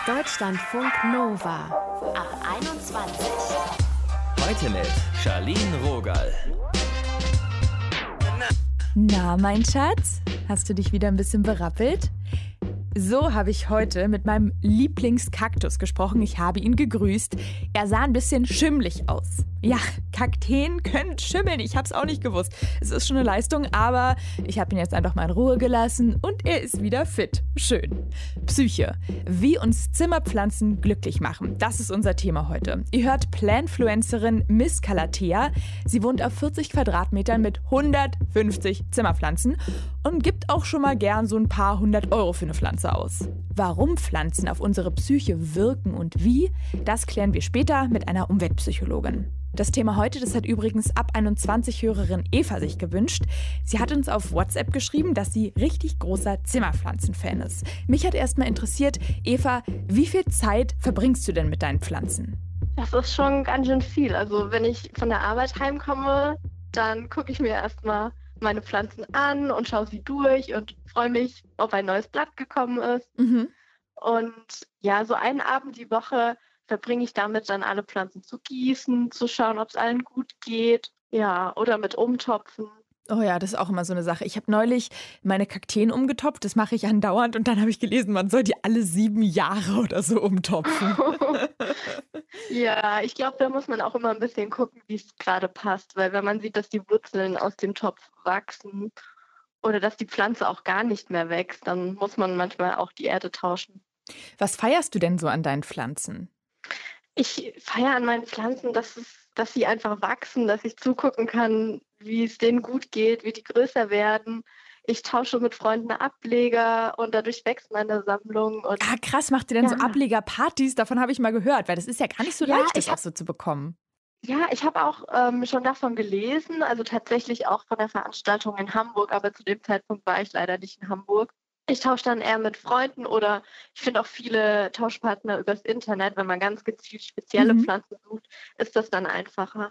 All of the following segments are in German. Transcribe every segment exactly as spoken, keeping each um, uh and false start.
Deutschlandfunk Nova ab einundzwanzig. Heute mit Charlene Rogal. Na, mein Schatz, hast du dich wieder ein bisschen berappelt? So habe ich heute mit meinem Lieblingskaktus gesprochen. Ich habe ihn gegrüßt. Er sah ein bisschen schimmlig aus. Ja, Kakteen können schimmeln. Ich habe es auch nicht gewusst. Es ist schon eine Leistung, aber ich habe ihn jetzt einfach mal in Ruhe gelassen und er ist wieder fit. Schön. Psyche. Wie uns Zimmerpflanzen glücklich machen. Das ist unser Thema heute. Ihr hört Planfluencerin Miss Calathea. Sie wohnt auf vierzig Quadratmetern mit hundertfünfzig Zimmerpflanzen und gibt auch schon mal gern so ein paar hundert Euro für eine Pflanze aus. Warum Pflanzen auf unsere Psyche wirken und wie, das klären wir später mit einer Umweltpsychologin. Das Thema heute, das hat übrigens ab einundzwanzig Hörerin Eva sich gewünscht. Sie hat uns auf WhatsApp geschrieben, dass sie richtig großer Zimmerpflanzen-Fan ist. Mich hat erstmal interessiert, Eva, wie viel Zeit verbringst du denn mit deinen Pflanzen? Das ist schon ganz schön viel. Also wenn ich von der Arbeit heimkomme, dann gucke ich mir erstmal meine Pflanzen an und schaue sie durch und freue mich, ob ein neues Blatt gekommen ist. Mhm. Und ja, so einen Abend die Woche verbringe ich damit, dann alle Pflanzen zu gießen, zu schauen, ob es allen gut geht. Ja, oder mit Umtopfen. Oh ja, das ist auch immer so eine Sache. Ich habe neulich meine Kakteen umgetopft, das mache ich andauernd und dann habe ich gelesen, man soll die alle sieben Jahre oder so umtopfen. Ja, ich glaube, da muss man auch immer ein bisschen gucken, wie es gerade passt, weil wenn man sieht, dass die Wurzeln aus dem Topf wachsen oder dass die Pflanze auch gar nicht mehr wächst, dann muss man manchmal auch die Erde tauschen. Was feierst du denn so an deinen Pflanzen? Ich feiere an meinen Pflanzen, dass, es, dass sie einfach wachsen, dass ich zugucken kann, wie es denen gut geht, wie die größer werden. Ich tausche mit Freunden Ableger und dadurch wächst meine Sammlung. Und ah, krass, macht ihr denn ja. so Ablegerpartys? Davon habe ich mal gehört, weil das ist ja gar nicht so Ja, leicht, ich das auch so zu bekommen. Ja, ich habe auch ähm, schon davon gelesen, also tatsächlich auch von der Veranstaltung in Hamburg, aber zu dem Zeitpunkt war ich leider nicht in Hamburg. Ich tausche dann eher mit Freunden oder ich finde auch viele Tauschpartner übers Internet. Wenn man ganz gezielt spezielle Mhm. Pflanzen sucht, ist das dann einfacher.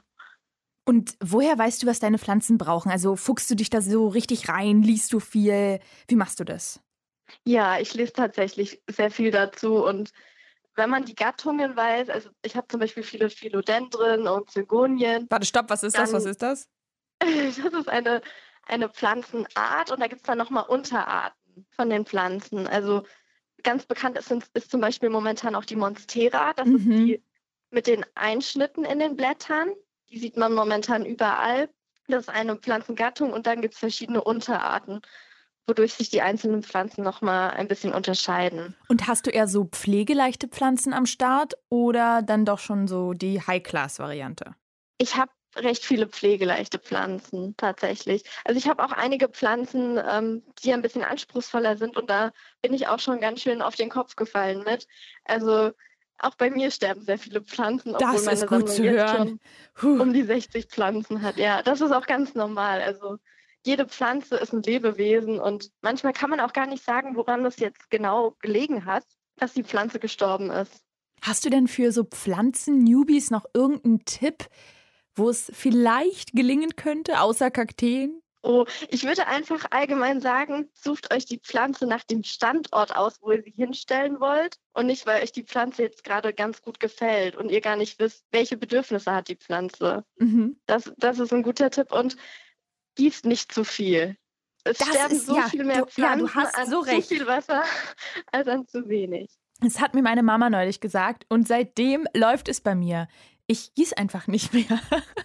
Und woher weißt du, was deine Pflanzen brauchen? Also fuchst du dich da so richtig rein? Liest du viel? Wie machst du das? Ja, ich lese tatsächlich sehr viel dazu und wenn man die Gattungen weiß, also ich habe zum Beispiel viele Philodendren und Zygonien. Warte, stopp, was ist das? Dann- Was ist das? Das ist eine, eine Pflanzenart und da gibt es dann nochmal Unterarten von den Pflanzen. Also ganz bekannt ist, ist zum Beispiel momentan auch die Monstera. Das ist Mhm. die mit den Einschnitten in den Blättern. Die sieht man momentan überall. Das ist eine Pflanzengattung und dann gibt es verschiedene Unterarten, wodurch sich die einzelnen Pflanzen nochmal ein bisschen unterscheiden. Und hast du eher so pflegeleichte Pflanzen am Start oder dann doch schon so die High-Class-Variante? Ich habe recht viele pflegeleichte Pflanzen tatsächlich. Also ich habe auch einige Pflanzen, ähm, die ein bisschen anspruchsvoller sind und da bin ich auch schon ganz schön auf den Kopf gefallen mit. Also auch bei mir sterben sehr viele Pflanzen, obwohl Das meine ist gut Sammlung zu jetzt hören. schon Puh. um die sechzig Pflanzen hat. Ja, das ist auch ganz normal. Also jede Pflanze ist ein Lebewesen und manchmal kann man auch gar nicht sagen, woran das jetzt genau gelegen hat, dass die Pflanze gestorben ist. Hast du denn für so Pflanzen-Newbies noch irgendeinen Tipp, wo es vielleicht gelingen könnte, außer Kakteen? Oh, ich würde einfach allgemein sagen, sucht euch die Pflanze nach dem Standort aus, wo ihr sie hinstellen wollt und nicht, weil euch die Pflanze jetzt gerade ganz gut gefällt und ihr gar nicht wisst, welche Bedürfnisse hat die Pflanze. Mhm. Das, das ist ein guter Tipp und gießt nicht zu viel. Es Das sterben ist- so ja, viel mehr du- ja, Pflanzen du hast an so recht. zu viel Wasser als an zu wenig. Das hat mir meine Mama neulich gesagt und seitdem läuft es bei mir. Ich gieße einfach nicht mehr.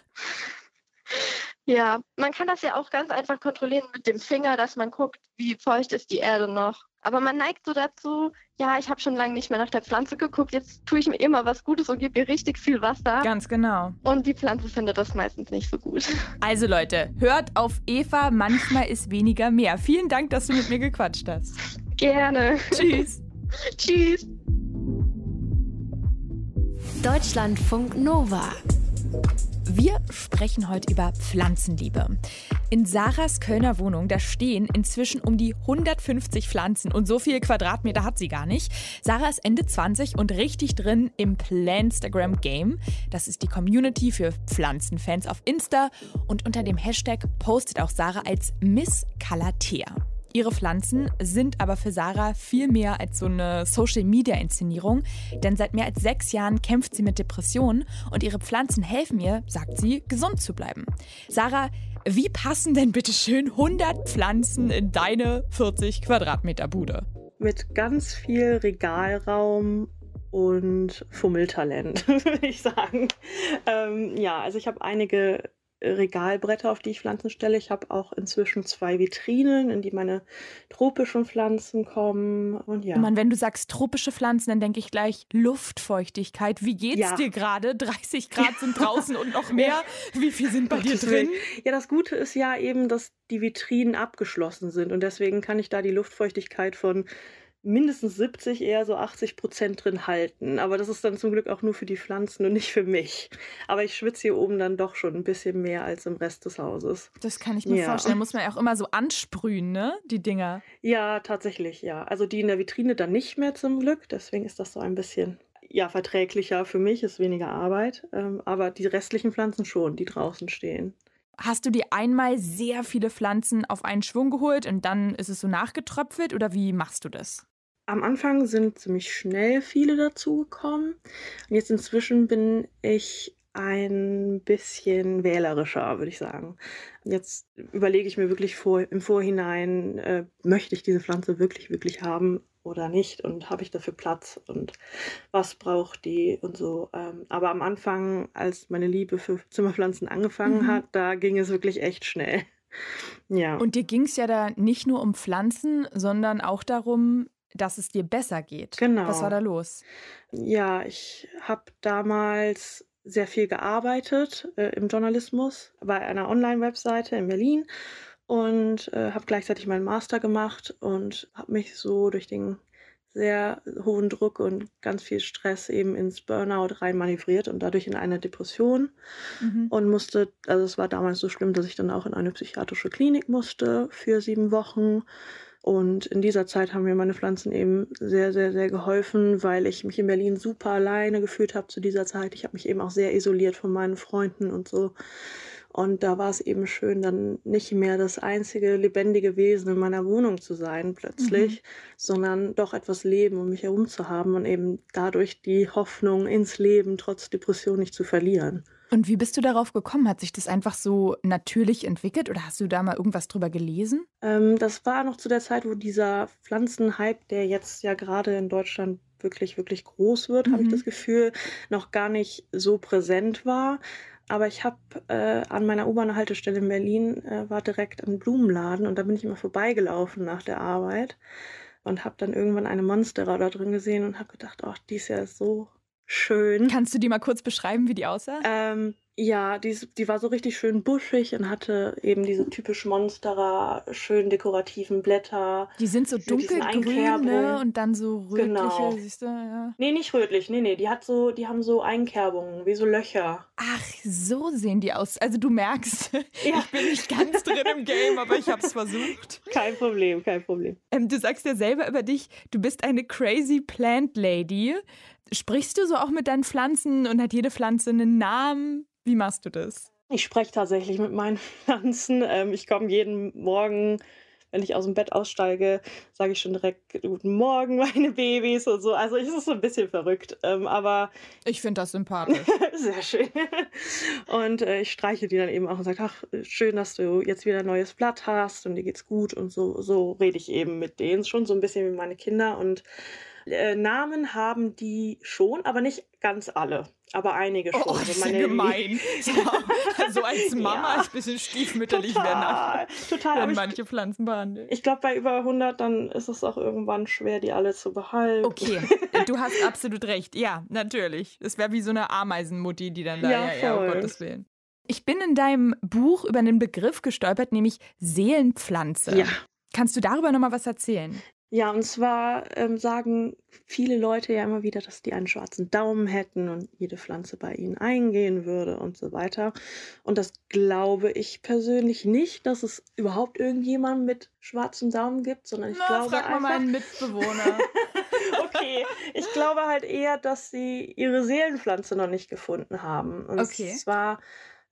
Ja, man kann das ja auch ganz einfach kontrollieren mit dem Finger, dass man guckt, wie feucht ist die Erde noch. Aber man neigt so dazu, ja, ich habe schon lange nicht mehr nach der Pflanze geguckt, jetzt tue ich mir immer was Gutes und gebe ihr richtig viel Wasser. Ganz genau. Und die Pflanze findet das meistens nicht so gut. Also Leute, hört auf Eva, manchmal ist weniger mehr. Vielen Dank, dass du mit mir gequatscht hast. Gerne. Tschüss. Tschüss. Deutschlandfunk Nova. Wir sprechen heute über Pflanzenliebe. In Sarahs Kölner Wohnung, da stehen inzwischen um die hundertfünfzig Pflanzen und so viele Quadratmeter hat sie gar nicht. Sarah ist Ende zwanzig und richtig drin im Planstagram-Game. Das ist die Community für Pflanzenfans auf Insta und unter dem Hashtag postet auch Sarah als Miss Calathea. Ihre Pflanzen sind aber für Sarah viel mehr als so eine Social-Media-Inszenierung, denn seit mehr als sechs Jahren kämpft sie mit Depressionen und ihre Pflanzen helfen ihr, sagt sie, gesund zu bleiben. Sarah, wie passen denn bitte schön hundert Pflanzen in deine vierzig Quadratmeter Bude? Mit ganz viel Regalraum und Fummeltalent, würde ich sagen. Ähm, ja, also ich habe einige Regalbretter, auf die ich Pflanzen stelle. Ich habe auch inzwischen zwei Vitrinen, in die meine tropischen Pflanzen kommen. Und ja. Mann, wenn du sagst tropische Pflanzen, dann denke ich gleich Luftfeuchtigkeit. Wie geht's ja. dir gerade? dreißig Grad sind draußen und noch mehr. Wie viel sind bei dir drin? Ja, das Gute ist ja eben, dass die Vitrinen abgeschlossen sind und deswegen kann ich da die Luftfeuchtigkeit von mindestens siebzig, eher so achtzig Prozent drin halten. Aber das ist dann zum Glück auch nur für die Pflanzen und nicht für mich. Aber ich schwitze hier oben dann doch schon ein bisschen mehr als im Rest des Hauses. Das kann ich mir ja. vorstellen. Muss man ja auch immer so ansprühen, ne? Die Dinger. Ja, tatsächlich, ja. Also die in der Vitrine dann nicht mehr zum Glück. Deswegen ist das so ein bisschen ja, verträglicher für mich, ist weniger Arbeit. Ähm, aber die restlichen Pflanzen schon, die draußen stehen. Hast du dir einmal sehr viele Pflanzen auf einen Schwung geholt und dann ist es so nachgetröpfelt oder wie machst du das? Am Anfang sind ziemlich schnell viele dazugekommen. Und jetzt inzwischen bin ich ein bisschen wählerischer, würde ich sagen. Jetzt überlege ich mir wirklich vor, im Vorhinein, äh, möchte ich diese Pflanze wirklich, wirklich haben oder nicht? Und habe ich dafür Platz? Und was braucht die? Und so. Ähm, aber am Anfang, als meine Liebe für Zimmerpflanzen angefangen Mhm. hat, da ging es wirklich echt schnell. Ja. Und dir ging es ja da nicht nur um Pflanzen, sondern auch darum, dass es dir besser geht. Genau. Was war da los? Ja, ich habe damals sehr viel gearbeitet äh, im Journalismus bei einer Online-Webseite in Berlin und äh, habe gleichzeitig meinen Master gemacht und habe mich so durch den sehr hohen Druck und ganz viel Stress eben ins Burnout reinmanövriert und dadurch in eine Depression Mhm. und musste, also es war damals so schlimm, dass ich dann auch in eine psychiatrische Klinik musste für sieben Wochen. Und in dieser Zeit haben mir meine Pflanzen eben sehr, sehr, sehr geholfen, weil ich mich in Berlin super alleine gefühlt habe zu dieser Zeit. Ich habe mich eben auch sehr isoliert von meinen Freunden und so. Und da war es eben schön, dann nicht mehr das einzige lebendige Wesen in meiner Wohnung zu sein plötzlich, Mhm. sondern doch etwas Leben um mich herum zu haben und eben dadurch die Hoffnung ins Leben trotz Depression nicht zu verlieren. Und wie bist du darauf gekommen? Hat sich das einfach so natürlich entwickelt oder hast du da mal irgendwas drüber gelesen? Ähm, das war noch zu der Zeit, wo dieser Pflanzenhype, der jetzt ja gerade in Deutschland wirklich, wirklich groß wird, habe ich Mhm. das Gefühl, noch gar nicht so präsent war. Aber ich habe äh, an meiner U-Bahn-Haltestelle in Berlin, äh, war direkt ein Blumenladen und da bin ich immer vorbeigelaufen nach der Arbeit und habe dann irgendwann eine Monstera da drin gesehen und habe gedacht, ach, die ist ja so schön. Kannst du die mal kurz beschreiben, wie die aussah? Ähm, ja, die, ist- die war so richtig schön buschig und hatte eben diese typisch Monstera, schön dekorativen Blätter. Die sind so mit diesen dunkelgrün, ne? Einkerbungen. Und dann so rötliche, Genau. siehst du, ja. Nee, nicht rötlich, nee, nee, die hat so, die haben so Einkerbungen, wie so Löcher. Ach, so sehen die aus. Also du merkst, Ja. ich bin nicht ganz drin im Game, aber ich hab's versucht. Kein Problem, kein Problem. Ähm, du sagst ja selber über dich, du bist eine crazy plant lady. Sprichst du so auch mit deinen Pflanzen und hat jede Pflanze einen Namen? Wie machst du das? Ich spreche tatsächlich mit meinen Pflanzen. Ähm, ich komme jeden Morgen, wenn ich aus dem Bett aussteige, sage ich schon direkt Guten Morgen, meine Babys und so. Also es ist so ein bisschen verrückt, ähm, aber Ich finde das sympathisch. sehr schön. Und äh, ich streiche die dann eben auch und sage, ach, schön, dass du jetzt wieder ein neues Blatt hast und dir geht's gut. Und so, so rede ich eben mit denen schon so ein bisschen wie meine Kinder. Und äh, Namen haben die schon, aber nicht ganz alle. Aber einige schon. Oh, Also das ist ja meine gemein. So, so als Mama Ja. ist ein bisschen stiefmütterlich, werden, Total, total. Aber werden ich, manche Pflanzen behandelt. ich glaube, bei über hundert, dann ist es auch irgendwann schwer, die alle zu behalten. Okay, du hast absolut recht. Ja, natürlich. Das wäre wie so eine Ameisenmutti, die dann da, Ja, ja, ja, um voll. Gottes Willen. Ich bin in deinem Buch über einen Begriff gestolpert, nämlich Seelenpflanze. Ja. Kannst du darüber nochmal was erzählen? Ja, und zwar ähm, sagen viele Leute ja immer wieder, dass die einen schwarzen Daumen hätten und jede Pflanze bei ihnen eingehen würde und so weiter. Und das glaube ich persönlich nicht, dass es überhaupt irgendjemanden mit schwarzem Daumen gibt, sondern ich Na, glaube frag mal einfach, meinen Mitbewohner. okay, ich glaube halt eher, dass sie ihre Seelenpflanze noch nicht gefunden haben. Und Okay. zwar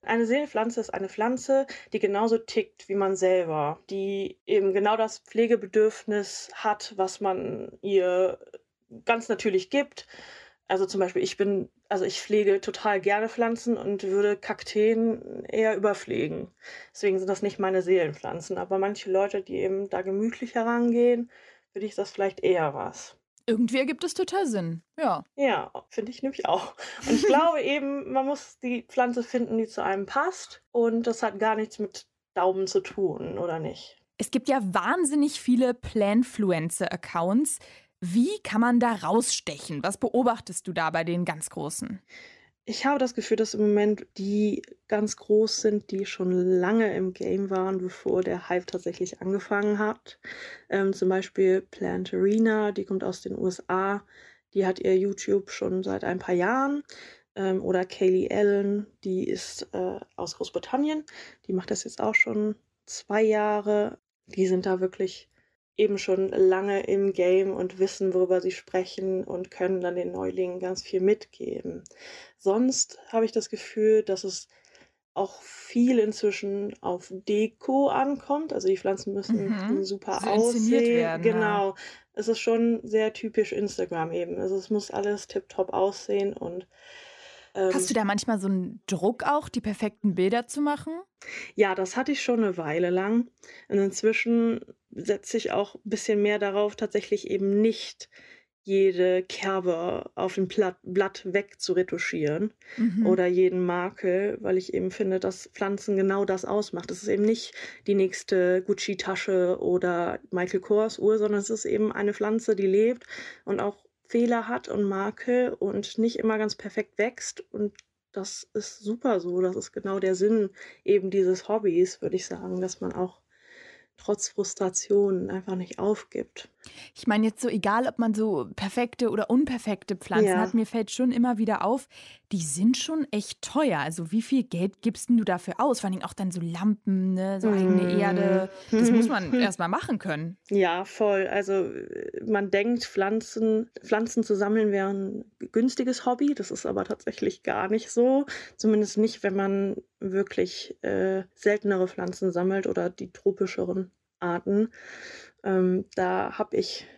Eine Seelenpflanze ist eine Pflanze, die genauso tickt wie man selber, die eben genau das Pflegebedürfnis hat, was man ihr ganz natürlich gibt. Also zum Beispiel, ich bin, also ich pflege total gerne Pflanzen und würde Kakteen eher überpflegen. Deswegen sind das nicht meine Seelenpflanzen. Aber manche Leute, die eben da gemütlich herangehen, für die ist das vielleicht eher was. Irgendwie ergibt es total Sinn, ja. Ja, finde ich nämlich auch. Und ich glaube eben, man muss die Pflanze finden, die zu einem passt. Und das hat gar nichts mit Daumen zu tun, oder nicht? Es gibt ja wahnsinnig viele Planfluencer-Accounts. Wie kann man da rausstechen? Was beobachtest du da bei den ganz Großen? Ich habe das Gefühl, dass im Moment die ganz groß sind, die schon lange im Game waren, bevor der Hype tatsächlich angefangen hat. Ähm, zum Beispiel Plantarina, die kommt aus den U S A. Die hat ihr YouTube schon seit ein paar Jahren. Ähm, oder Kaylee Allen, die ist äh, aus Großbritannien. Die macht das jetzt auch schon zwei Jahre. Die sind da wirklich eben schon lange im Game und wissen, worüber sie sprechen und können dann den Neulingen ganz viel mitgeben. Sonst habe ich das Gefühl, dass es auch viel inzwischen auf Deko ankommt. Also die Pflanzen müssen Mhm. super So inszeniert aussehen. werden, ja. Genau. Es ist schon sehr typisch Instagram eben. Also es muss alles tipptopp aussehen und ähm, Hast du da manchmal so einen Druck auch, die perfekten Bilder zu machen? ja, das hatte ich schon eine Weile lang. Und inzwischen setze ich auch ein bisschen mehr darauf, tatsächlich eben nicht jede Kerbe auf dem Blatt, Blatt wegzuretuschieren Mhm. oder jeden Makel, weil ich eben finde, dass Pflanzen genau das ausmacht. Es ist eben nicht die nächste Gucci-Tasche oder Michael Kors-Uhr, sondern es ist eben eine Pflanze, die lebt und auch Fehler hat und Makel und nicht immer ganz perfekt wächst. Und das ist super so. Das ist genau der Sinn eben dieses Hobbys, würde ich sagen, dass man auch trotz Frustration einfach nicht aufgibt. Ich meine jetzt so, egal ob man so perfekte oder unperfekte Pflanzen Ja. hat, mir fällt schon immer wieder auf, die sind schon echt teuer. Also wie viel Geld gibst denn du dafür aus? Vor allem auch dann so Lampen, ne? So eigene Mm. Erde. Das muss man erstmal machen können. Ja, voll. Also äh, man denkt, Pflanzen, Pflanzen zu sammeln wäre ein günstiges Hobby. Das ist aber tatsächlich gar nicht so. Zumindest nicht, wenn man wirklich äh, seltenere Pflanzen sammelt oder die tropischeren Arten. Ähm, da habe ich...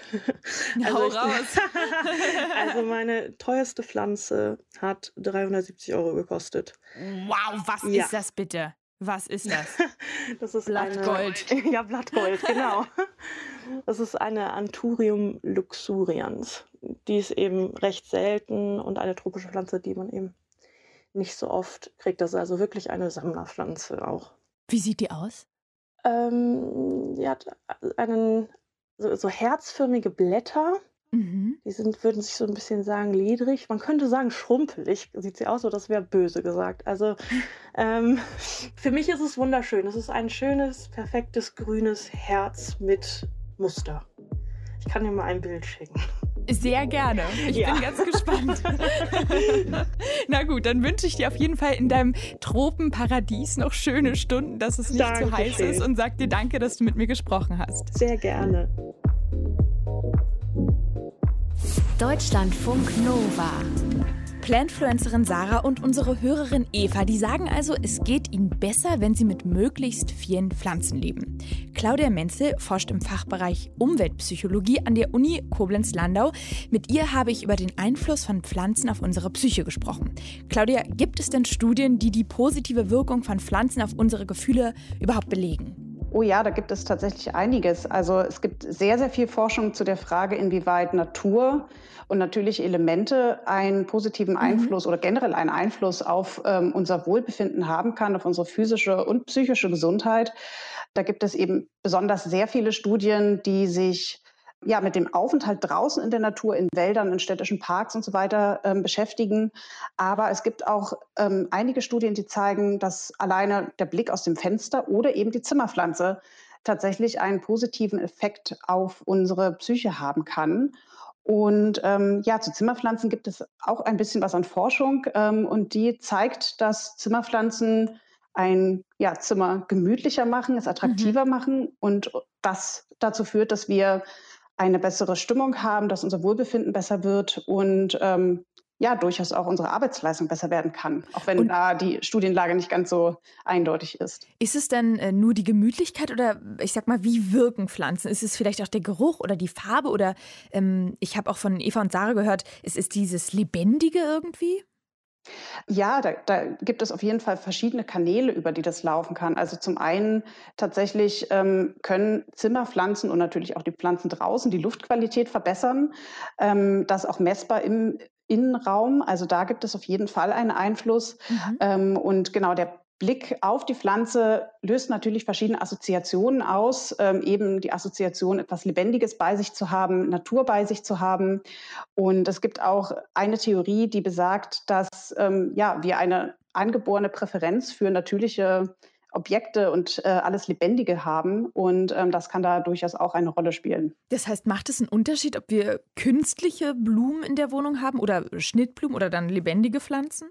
Hau ich, raus. also meine teuerste Pflanze hat dreihundertsiebzig Euro gekostet. Wow, was Ja. ist das bitte? Was ist das? Das ist Blattgold. Eine, ja, Blattgold, genau. Das ist eine Anthurium luxurians. Die ist eben recht selten und eine tropische Pflanze, die man eben nicht so oft kriegt. Das ist also wirklich eine Sammlerpflanze auch. Wie sieht die aus? Ähm, die hat einen, so, so herzförmige Blätter. Mhm. Die sind, würden sich so ein bisschen sagen, ledrig. Man könnte sagen, schrumpelig sieht sie aus, so das wäre böse gesagt. Also ähm, für mich ist es wunderschön. Es ist ein schönes, perfektes, grünes Herz mit Muster. Ich kann dir mal ein Bild schicken. Sehr gerne. Ich Ja. bin ganz gespannt. Na gut, dann wünsche ich dir auf jeden Fall in deinem Tropenparadies noch schöne Stunden, dass es nicht zu heiß Dankeschön. ist und sag dir danke, dass du mit mir gesprochen hast. Sehr gerne. Deutschlandfunk Nova. Plantfluencerin Sarah und unsere Hörerin Eva, die sagen also, es geht ihnen besser, wenn sie mit möglichst vielen Pflanzen leben. Claudia Menzel forscht im Fachbereich Umweltpsychologie an der Uni Koblenz-Landau. Mit ihr habe ich über den Einfluss von Pflanzen auf unsere Psyche gesprochen. Claudia, gibt es denn Studien, die die positive Wirkung von Pflanzen auf unsere Gefühle überhaupt belegen? Oh ja, da gibt es tatsächlich einiges. Also es gibt sehr, sehr viel Forschung zu der Frage, inwieweit Natur und natürliche Elemente einen positiven Einfluss oder generell einen Einfluss auf ähm, unser Wohlbefinden haben kann, auf unsere physische und psychische Gesundheit. Da gibt es eben besonders sehr viele Studien, die sich ja, mit dem Aufenthalt draußen in der Natur, in Wäldern, in städtischen Parks und so weiter ähm, beschäftigen. Aber es gibt auch ähm, einige Studien, die zeigen, dass alleine der Blick aus dem Fenster oder eben die Zimmerpflanze tatsächlich einen positiven Effekt auf unsere Psyche haben kann. Und ähm, ja, zu Zimmerpflanzen gibt es auch ein bisschen was an Forschung. Ähm, und die zeigt, dass Zimmerpflanzen ein ja, Zimmer gemütlicher machen, es attraktiver mhm. machen und das dazu führt, dass wir eine bessere Stimmung haben, dass unser Wohlbefinden besser wird und ähm, ja durchaus auch unsere Arbeitsleistung besser werden kann, auch wenn Und da die Studienlage nicht ganz so eindeutig ist. ist es denn äh, nur die Gemütlichkeit oder ich sag mal, wie wirken Pflanzen? Ist es vielleicht auch der Geruch oder die Farbe oder ähm, ich habe auch von Eva und Sarah gehört, es ist dieses Lebendige irgendwie? Ja, da, da gibt es auf jeden Fall verschiedene Kanäle, über die das laufen kann. Also zum einen tatsächlich ähm, können Zimmerpflanzen und natürlich auch die Pflanzen draußen die Luftqualität verbessern. Ähm, das auch messbar im Innenraum. Also da gibt es auf jeden Fall einen Einfluss. Mhm. Ähm, und genau der Blick auf die Pflanze löst natürlich verschiedene Assoziationen aus, ähm, eben die Assoziation, etwas Lebendiges bei sich zu haben, Natur bei sich zu haben. Und es gibt auch eine Theorie, die besagt, dass ähm, ja, wir eine angeborene Präferenz für natürliche Objekte und äh, alles Lebendige haben. Und ähm, das kann da durchaus auch eine Rolle spielen. Das heißt, macht es einen Unterschied, ob wir künstliche Blumen in der Wohnung haben oder Schnittblumen oder dann lebendige Pflanzen?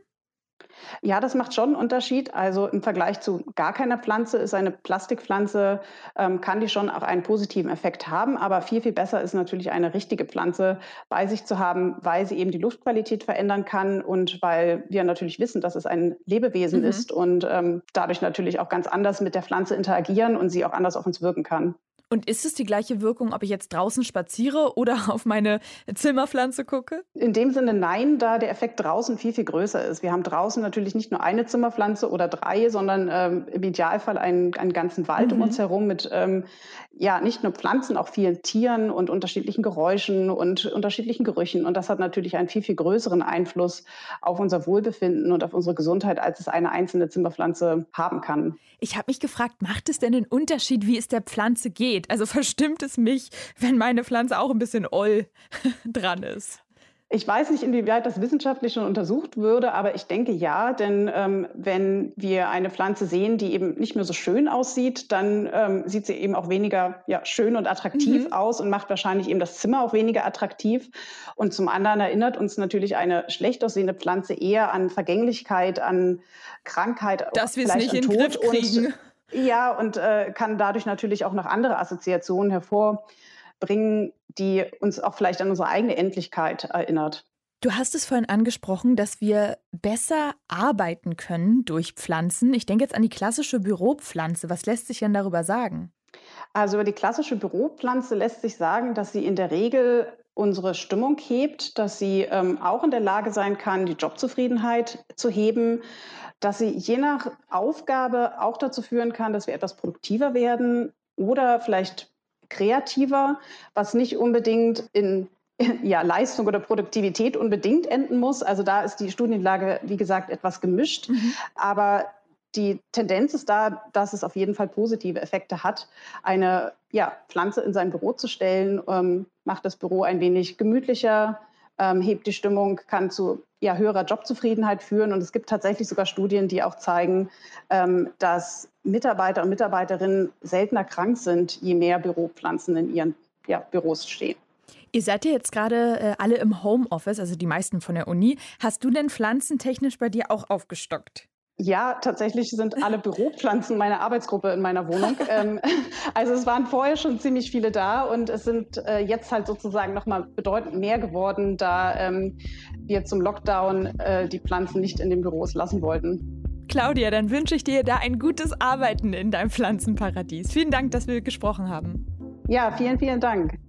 Ja, das macht schon einen Unterschied. Also im Vergleich zu gar keiner Pflanze ist eine Plastikpflanze, ähm, kann die schon auch einen positiven Effekt haben. Aber viel, viel besser ist natürlich eine richtige Pflanze bei sich zu haben, weil sie eben die Luftqualität verändern kann und weil wir natürlich wissen, dass es ein Lebewesen Mhm. ist und ähm, dadurch natürlich auch ganz anders mit der Pflanze interagieren und sie auch anders auf uns wirken kann. Und ist es die gleiche Wirkung, ob ich jetzt draußen spaziere oder auf meine Zimmerpflanze gucke? In dem Sinne nein, da der Effekt draußen viel, viel größer ist. Wir haben draußen natürlich nicht nur eine Zimmerpflanze oder drei, sondern ähm, im Idealfall einen, einen ganzen Wald um Mhm. uns herum mit ähm, ja nicht nur Pflanzen, auch vielen Tieren und unterschiedlichen Geräuschen und unterschiedlichen Gerüchen. Und das hat natürlich einen viel, viel größeren Einfluss auf unser Wohlbefinden und auf unsere Gesundheit, als es eine einzelne Zimmerpflanze haben kann. Ich habe mich gefragt, macht es denn einen Unterschied, wie es der Pflanze geht? Also verstimmt es mich, wenn meine Pflanze auch ein bisschen oll dran ist? Ich weiß nicht, inwieweit das wissenschaftlich schon untersucht würde, aber ich denke ja, denn ähm, wenn wir eine Pflanze sehen, die eben nicht mehr so schön aussieht, dann ähm, sieht sie eben auch weniger ja, schön und attraktiv Mhm. aus und macht wahrscheinlich eben das Zimmer auch weniger attraktiv. Und zum anderen erinnert uns natürlich eine schlecht aussehende Pflanze eher an Vergänglichkeit, an Krankheit, Dass wir es vielleicht nicht an in den Tod Griff kriegen. und ja, und äh, kann dadurch natürlich auch noch andere Assoziationen hervorbringen, die uns auch vielleicht an unsere eigene Endlichkeit erinnert. Du hast es vorhin angesprochen, dass wir besser arbeiten können durch Pflanzen. Ich denke jetzt an die klassische Büropflanze. Was lässt sich denn darüber sagen? Also über die klassische Büropflanze lässt sich sagen, dass sie in der Regel unsere Stimmung hebt, dass sie ähm, auch in der Lage sein kann, die Jobzufriedenheit zu heben, dass sie je nach Aufgabe auch dazu führen kann, dass wir etwas produktiver werden oder vielleicht kreativer, was nicht unbedingt in ja, Leistung oder Produktivität unbedingt enden muss. Also da ist die Studienlage, wie gesagt, etwas gemischt. Mhm. Aber die Tendenz ist da, dass es auf jeden Fall positive Effekte hat. Eine ja, Pflanze in sein Büro zu stellen, ähm, macht das Büro ein wenig gemütlicher, ähm, hebt die Stimmung, kann zu ja, höherer Jobzufriedenheit führen. Und es gibt tatsächlich sogar Studien, die auch zeigen, ähm, dass Mitarbeiter und Mitarbeiterinnen seltener krank sind, je mehr Büropflanzen in ihren ja, Büros stehen. Ihr seid ja jetzt gerade äh, alle im Homeoffice, also die meisten von der Uni. Hast du denn pflanzentechnisch bei dir auch aufgestockt? Ja, tatsächlich sind alle Büropflanzen meine Arbeitsgruppe in meiner Wohnung. ähm, also es waren vorher schon ziemlich viele da und es sind äh, jetzt halt sozusagen nochmal bedeutend mehr geworden, da ähm, wir zum Lockdown äh, die Pflanzen nicht in den Büros lassen wollten. Claudia, dann wünsche ich dir da ein gutes Arbeiten in deinem Pflanzenparadies. Vielen Dank, dass wir gesprochen haben. Ja, vielen, vielen Dank.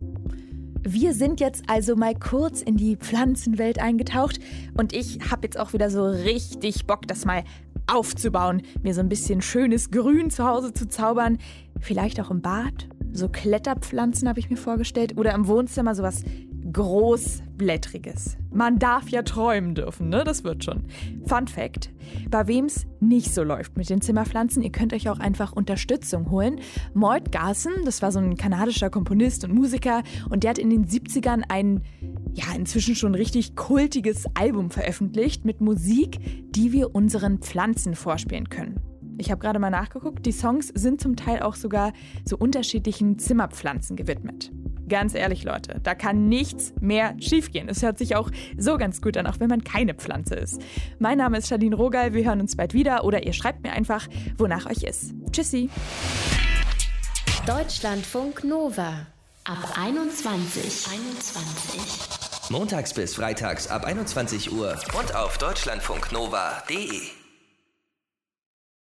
Wir sind jetzt also mal kurz in die Pflanzenwelt eingetaucht und ich habe jetzt auch wieder so richtig Bock, das mal aufzubauen, mir so ein bisschen schönes Grün zu Hause zu zaubern. Vielleicht auch im Bad, so Kletterpflanzen habe ich mir vorgestellt oder im Wohnzimmer sowas Großblättriges. Man darf ja träumen dürfen, ne? Das wird schon. Fun Fact, bei wem's nicht so läuft mit den Zimmerpflanzen, ihr könnt euch auch einfach Unterstützung holen. Mort Garson, das war so ein kanadischer Komponist und Musiker und der hat in den siebzigern ein, ja inzwischen schon richtig kultiges Album veröffentlicht mit Musik, die wir unseren Pflanzen vorspielen können. Ich habe gerade mal nachgeguckt, die Songs sind zum Teil auch sogar so unterschiedlichen Zimmerpflanzen gewidmet. Ganz ehrlich, Leute, da kann nichts mehr schiefgehen. Es hört sich auch so ganz gut an, auch wenn man keine Pflanze ist. Mein Name ist Charlene Rogal, wir hören uns bald wieder oder ihr schreibt mir einfach, wonach euch ist. Tschüssi. Deutschlandfunk Nova ab einundzwanzig. einundzwanzig. Montags bis freitags ab einundzwanzig Uhr und auf deutschlandfunknova punkt de.